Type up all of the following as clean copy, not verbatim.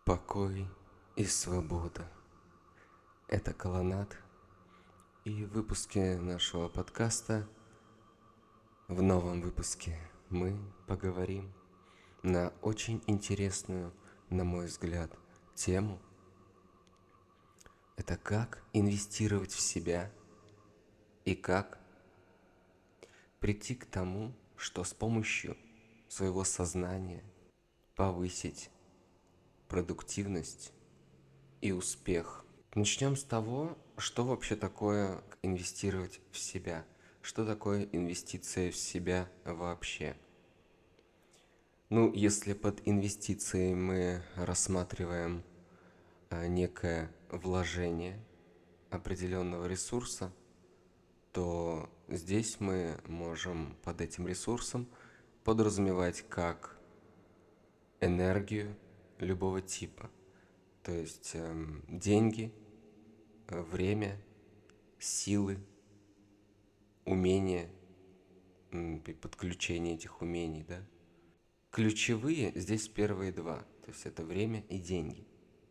Покой и свобода. Это Колоннад. И в выпуске нашего подкаста, в новом выпуске, мы поговорим на очень интересную, на мой взгляд, тему. Это как инвестировать в себя и как прийти к тому, что с помощью своего сознания повысить продуктивность и успех. Начнем с того, что вообще такое инвестировать в себя. Что такое инвестиция в себя вообще? Если под инвестицией мы рассматриваем некое вложение определенного ресурса, то здесь мы можем под этим ресурсом подразумевать как энергию любого типа. То есть деньги, время, силы, умения, подключение этих умений, да. Ключевые здесь первые два, то есть это время и деньги.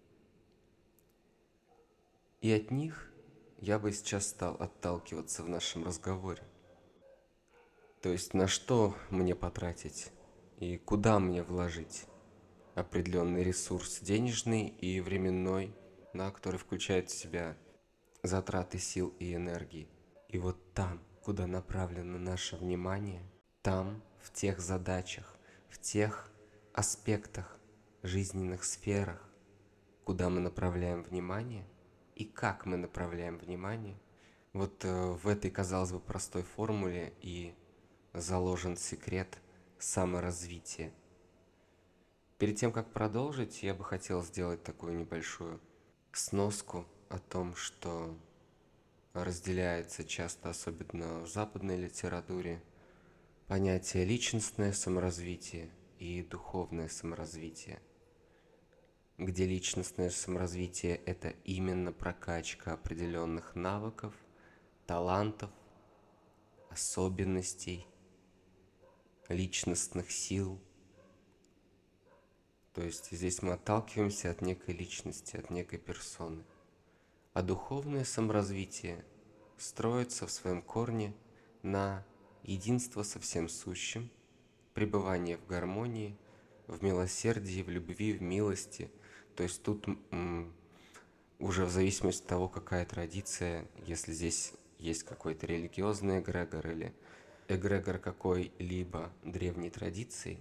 И от них я бы сейчас стал отталкиваться в нашем разговоре. То есть на что мне потратить и куда мне вложить определенный ресурс денежный и временной, да, который включает в себя затраты сил и энергии. И вот там, куда направлено наше внимание, там, в тех задачах, в тех аспектах, жизненных сферах, куда мы направляем внимание и как мы направляем внимание, вот в этой, казалось бы, простой формуле и заложен секрет саморазвития. Перед тем, как продолжить, я бы хотел сделать такую небольшую сноску о том, что разделяется часто, особенно в западной литературе, понятие личностное саморазвитие и духовное саморазвитие, где личностное саморазвитие – это именно прокачка определенных навыков, талантов, особенностей, личностных сил. То есть здесь мы отталкиваемся от некой личности, от некой персоны. А духовное саморазвитие строится в своем корне на единство со всем сущим, пребывание в гармонии, в милосердии, в любви, в милости. То есть тут уже в зависимости от того, какая традиция, если здесь есть какой-то религиозный эгрегор или эгрегор какой-либо древней традиции,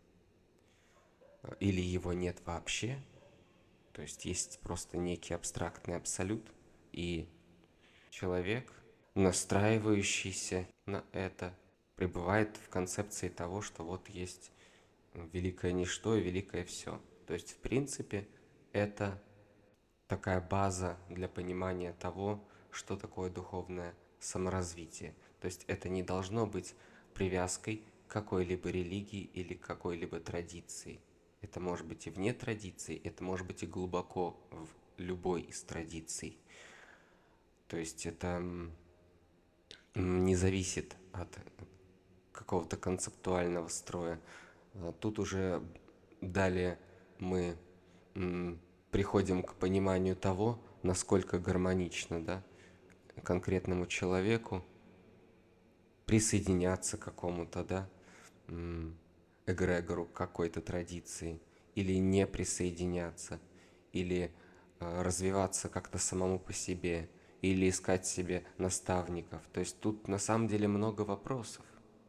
или его нет вообще, то есть есть просто некий абстрактный абсолют, и человек, настраивающийся на это, пребывает в концепции того, что вот есть великое ничто и великое все. То есть, в принципе, это такая база для понимания того, что такое духовное саморазвитие. То есть это не должно быть привязкой к какой-либо религии или к какой-либо традиции. Это может быть и вне традиции, это может быть и глубоко в любой из традиций. То есть это не зависит от какого-то концептуального строя. Тут уже далее мы приходим к пониманию того, насколько гармонично, да, конкретному человеку присоединяться к какому-то, да, эгрегору какой-то традиции, или не присоединяться, или развиваться как-то самому по себе, или искать себе наставников. То есть тут на самом деле много вопросов.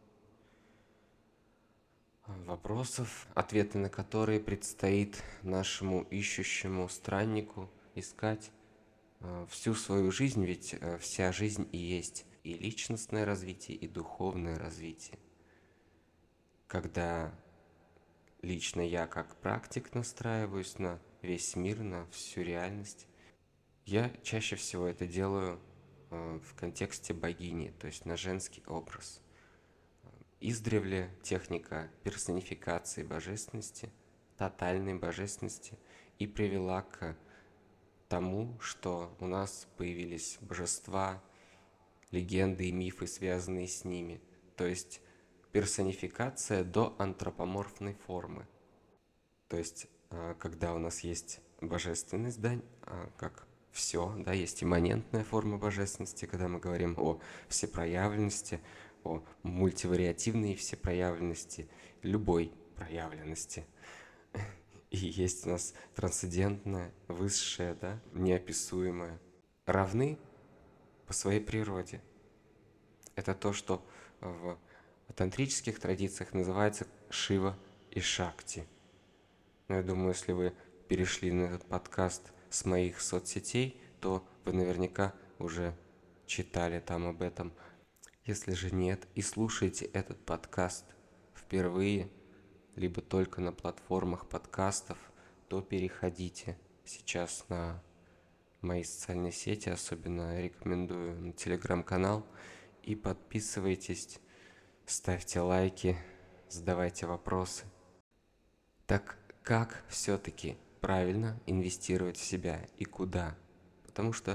Вопросов, ответы на которые предстоит нашему ищущему страннику искать всю свою жизнь, ведь вся жизнь и есть и личностное развитие, и духовное развитие. Когда лично я как практик настраиваюсь на весь мир, на всю реальность, я чаще всего это делаю в контексте богини, то есть на женский образ. Издревле техника персонификации божественности, тотальной божественности и привела к тому, что у нас появились божества, легенды и мифы, связанные с ними. То есть персонификация до антропоморфной формы. То есть когда у нас есть божественность, да, как все, да, есть имманентная форма божественности, когда мы говорим о всепроявленности, о мультивариативной всепроявленности, любой проявленности. И есть у нас трансцендентное, высшее, да, неописуемое. Равны по своей природе. Это то, что в тантрических традициях называется Шива и Шакти. Но я думаю, если вы перешли на этот подкаст с моих соцсетей, то вы наверняка уже читали там об этом. Если же нет и слушаете этот подкаст впервые, либо только на платформах подкастов, то переходите сейчас на мои социальные сети, особенно рекомендую на телеграм-канал, и подписывайтесь, ставьте лайки, задавайте вопросы. Так как все-таки правильно инвестировать в себя и куда? Потому что,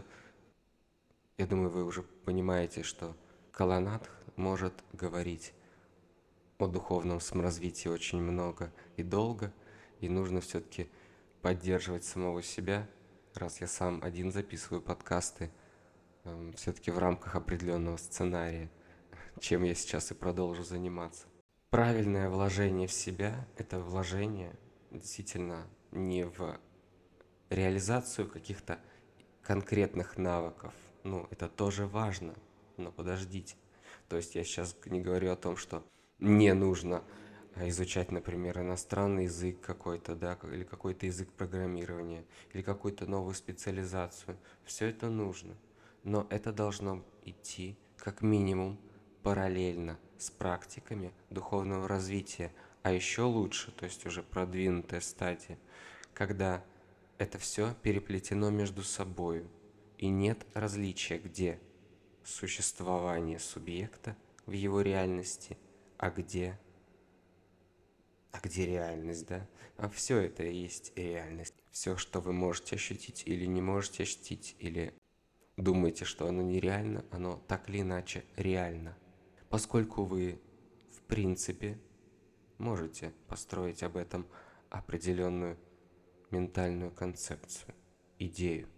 я думаю, вы уже понимаете, что Каланатх может говорить о духовном саморазвитии очень много и долго, и нужно все-таки поддерживать самого себя, раз я сам один записываю подкасты, все-таки в рамках определенного сценария, чем я сейчас и продолжу заниматься. Правильное вложение в себя – это вложение действительно не в реализацию каких-то конкретных навыков. Ну, это тоже важно, но подождите. То есть я сейчас не говорю о том, что не нужно изучать, например, иностранный язык какой-то, да, или какой-то язык программирования, или какую-то новую специализацию. Все это нужно. Но это должно идти как минимум параллельно с практиками духовного развития. А еще лучше, то есть уже продвинутая стадия, когда это все переплетено между собой, и нет различия, где существование субъекта в его реальности, а где реальность, да? А все это и есть реальность. Все, что вы можете ощутить или не можете ощутить, или думаете, что оно нереально, оно так или иначе реально. Поскольку вы, в принципе, можете построить об этом определенную ментальную концепцию, идею,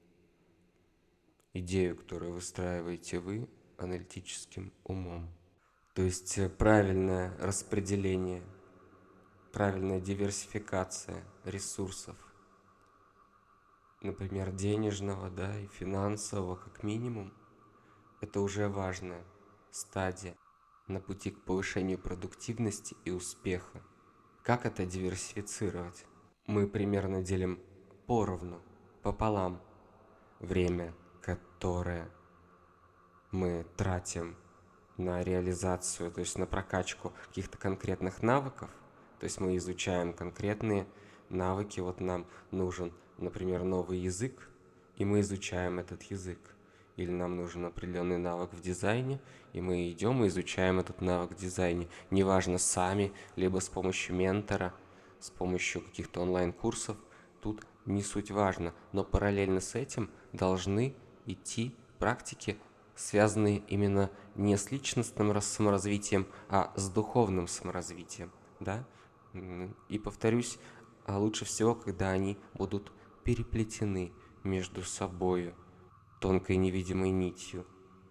которую выстраиваете вы аналитическим умом. То есть правильное распределение, правильная диверсификация ресурсов, например, денежного, да, и финансового, как минимум, это уже важная стадия на пути к повышению продуктивности и успеха. Как это диверсифицировать? Мы примерно делим поровну, пополам время, которое мы тратим на реализацию, то есть на прокачку каких-то конкретных навыков. То есть мы изучаем конкретные навыки. Вот нам нужен, например, новый язык, и мы изучаем этот язык. Или нам нужен определенный навык в дизайне, и мы идем и изучаем этот навык в дизайне. Неважно, сами, либо с помощью ментора, с помощью каких-то онлайн-курсов. Тут не суть важно. Но параллельно с этим должны идти практики, связанные именно не с личностным саморазвитием, а с духовным саморазвитием. Да? И повторюсь, лучше всего, когда они будут переплетены между собой тонкой невидимой нитью.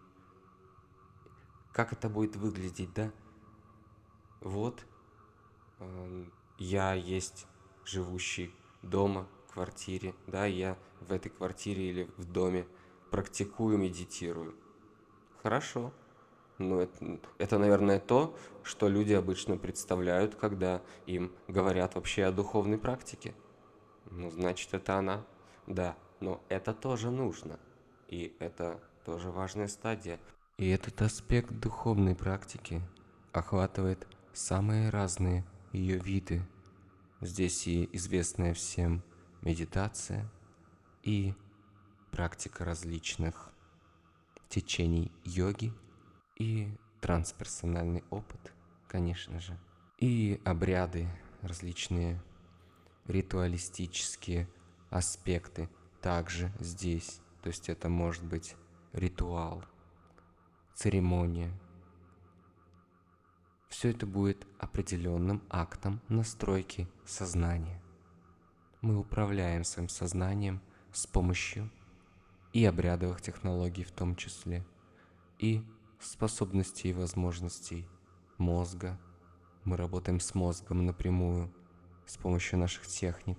Как это будет выглядеть, да? Вот я есть живущий дома, в квартире, да, я в этой квартире или в доме практикую, медитирую. Хорошо. Но это, наверное, то, что люди обычно представляют, когда им говорят вообще о духовной практике. Ну, значит, это она. Да, но это тоже нужно. И это тоже важная стадия. И этот аспект духовной практики охватывает самые разные ее виды. Здесь и известная всем медитация, и практика различных течений йоги, и трансперсональный опыт, конечно же, и обряды, различные ритуалистические аспекты также здесь. То есть это может быть ритуал, церемония. Все это будет определенным актом настройки сознания. мы управляем своим сознанием с помощью и обрядовых технологий в том числе, и способностей и возможностей мозга. Мы работаем с мозгом напрямую с помощью наших техник.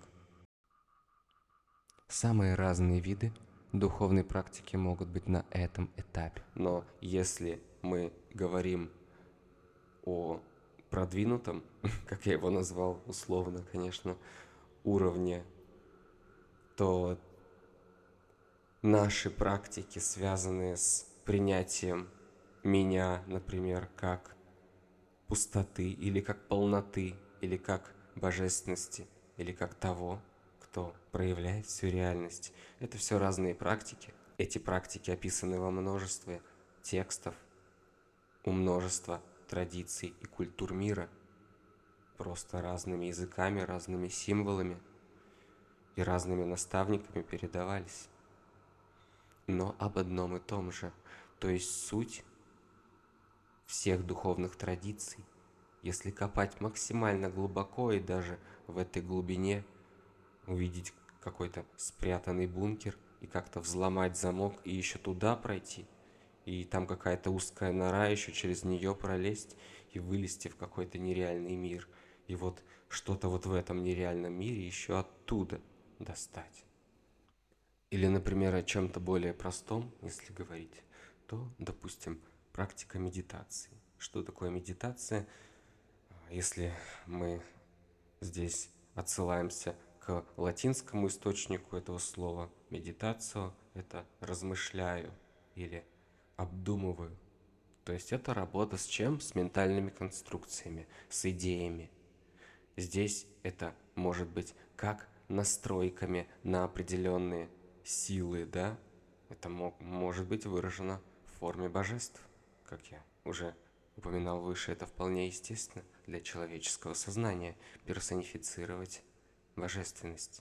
Самые разные виды духовной практики могут быть на этом этапе. Но если мы говорим о продвинутом, как я его назвал условно, конечно, уровне, то наши практики, связанные с принятием меня, например, как пустоты, или как полноты, или как божественности, или как того, кто проявляет всю реальность. Это все разные практики. Эти практики описаны во множестве текстов, у множества традиций и культур мира, просто разными языками, разными символами и разными наставниками передавались. Но об одном и том же, то есть суть всех духовных традиций, если копать максимально глубоко и даже в этой глубине увидеть какой-то спрятанный бункер и как-то взломать замок и еще туда пройти, и там какая-то узкая нора, еще через нее пролезть и вылезти в какой-то нереальный мир. И вот что-то вот в этом нереальном мире еще оттуда достать. Или, например, о чем-то более простом, если говорить, то, допустим, практика медитации. Что такое медитация? Если мы здесь отсылаемся к латинскому источнику этого слова, медитацию – это размышляю или обдумываю. То есть это работа с чем? С ментальными конструкциями, с идеями. Здесь это может быть как настройками на определенные силы, да? Это может быть выражено в форме божеств, как я уже упоминал выше. Это вполне естественно для человеческого сознания персонифицировать божественность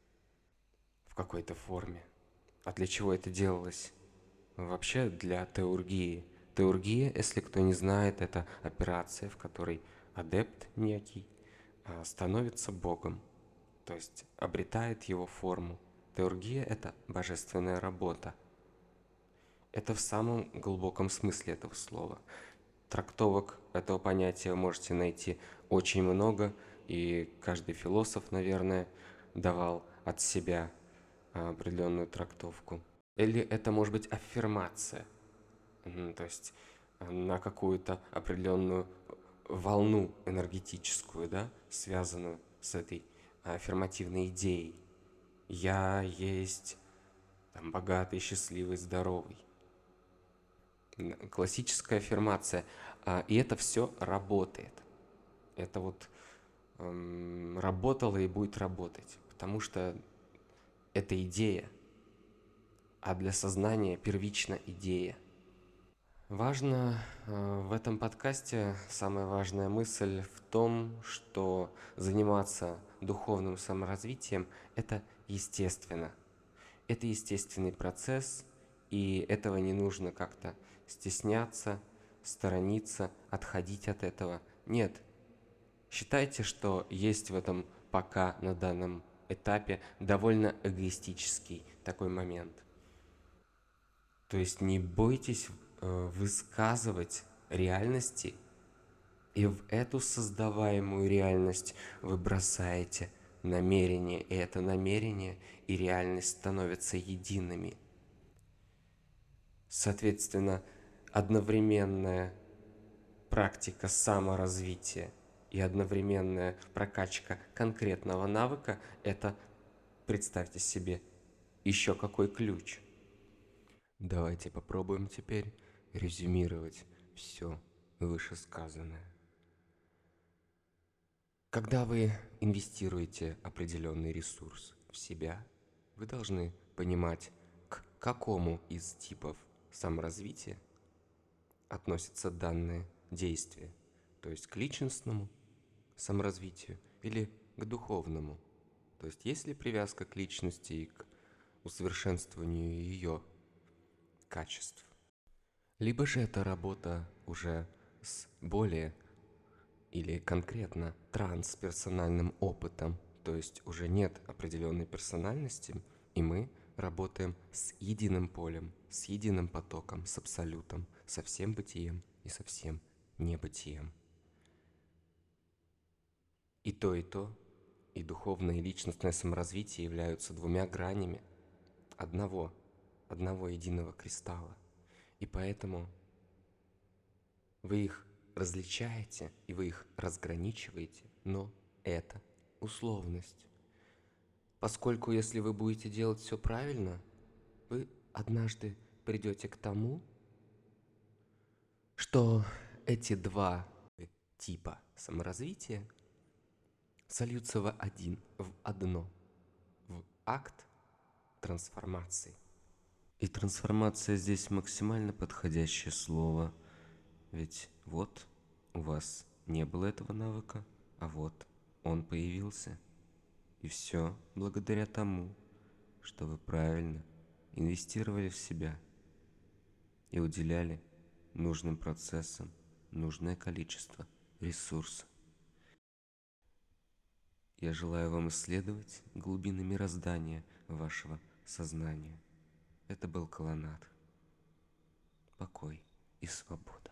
в какой-то форме. А для чего это делалось? Вообще для теургии. Теургия, если кто не знает, это операция, в которой адепт некий становится Богом, то есть обретает его форму. Теургия – это божественная работа. Это в самом глубоком смысле этого слова. Трактовок этого понятия вы можете найти очень много, и каждый философ, наверное, давал от себя определенную трактовку. Или это может быть аффирмация, то есть на какую-то определенную волну энергетическую, да, связанную с этой аффирмативной идеей. Я есть там, богатый, счастливый, здоровый. Классическая аффирмация. И это все работает. Это вот работало и будет работать. Потому что это идея. А для сознания первична идея. Важно в этом подкасте, самая важная мысль в том, что заниматься духовным саморазвитием – это естественно. Это естественный процесс, и этого не нужно как-то стесняться, сторониться, отходить от этого. Нет, считайте, что есть в этом пока на данном этапе довольно эгоистический такой момент. То есть не бойтесь высказывать реальности, и в эту создаваемую реальность вы бросаете намерение, и это намерение и реальность становятся едиными. Соответственно, одновременная практика саморазвития и одновременная прокачка конкретного навыка – это, представьте себе, еще какой ключ. Давайте попробуем теперь резюмировать все вышесказанное. Когда вы инвестируете определенный ресурс в себя, вы должны понимать, к какому из типов саморазвития относятся данные действия, то есть к личностному саморазвитию или к духовному. То есть ли привязка к личности и к усовершенствованию ее качеств. Либо же это работа уже с более или конкретно трансперсональным опытом, То есть уже нет определенной персональности, и мы работаем с единым полем, с единым потоком, с абсолютом, со всем бытием и со всем небытием. И то, и духовное, и личностное саморазвитие являются двумя гранями одного единого кристалла. И поэтому вы их различаете и вы их разграничиваете, но это условность. Поскольку если вы будете делать все правильно, вы однажды придете к тому, что эти два типа саморазвития сольются в одно, в акт трансформации. И трансформация здесь максимально подходящее слово, ведь вот у вас не было этого навыка, а вот он появился. И все благодаря тому, что вы правильно инвестировали в себя и уделяли нужным процессам нужное количество ресурсов. Я желаю вам исследовать глубины мироздания вашего сознания. Это был Колонат. Покой и свобода.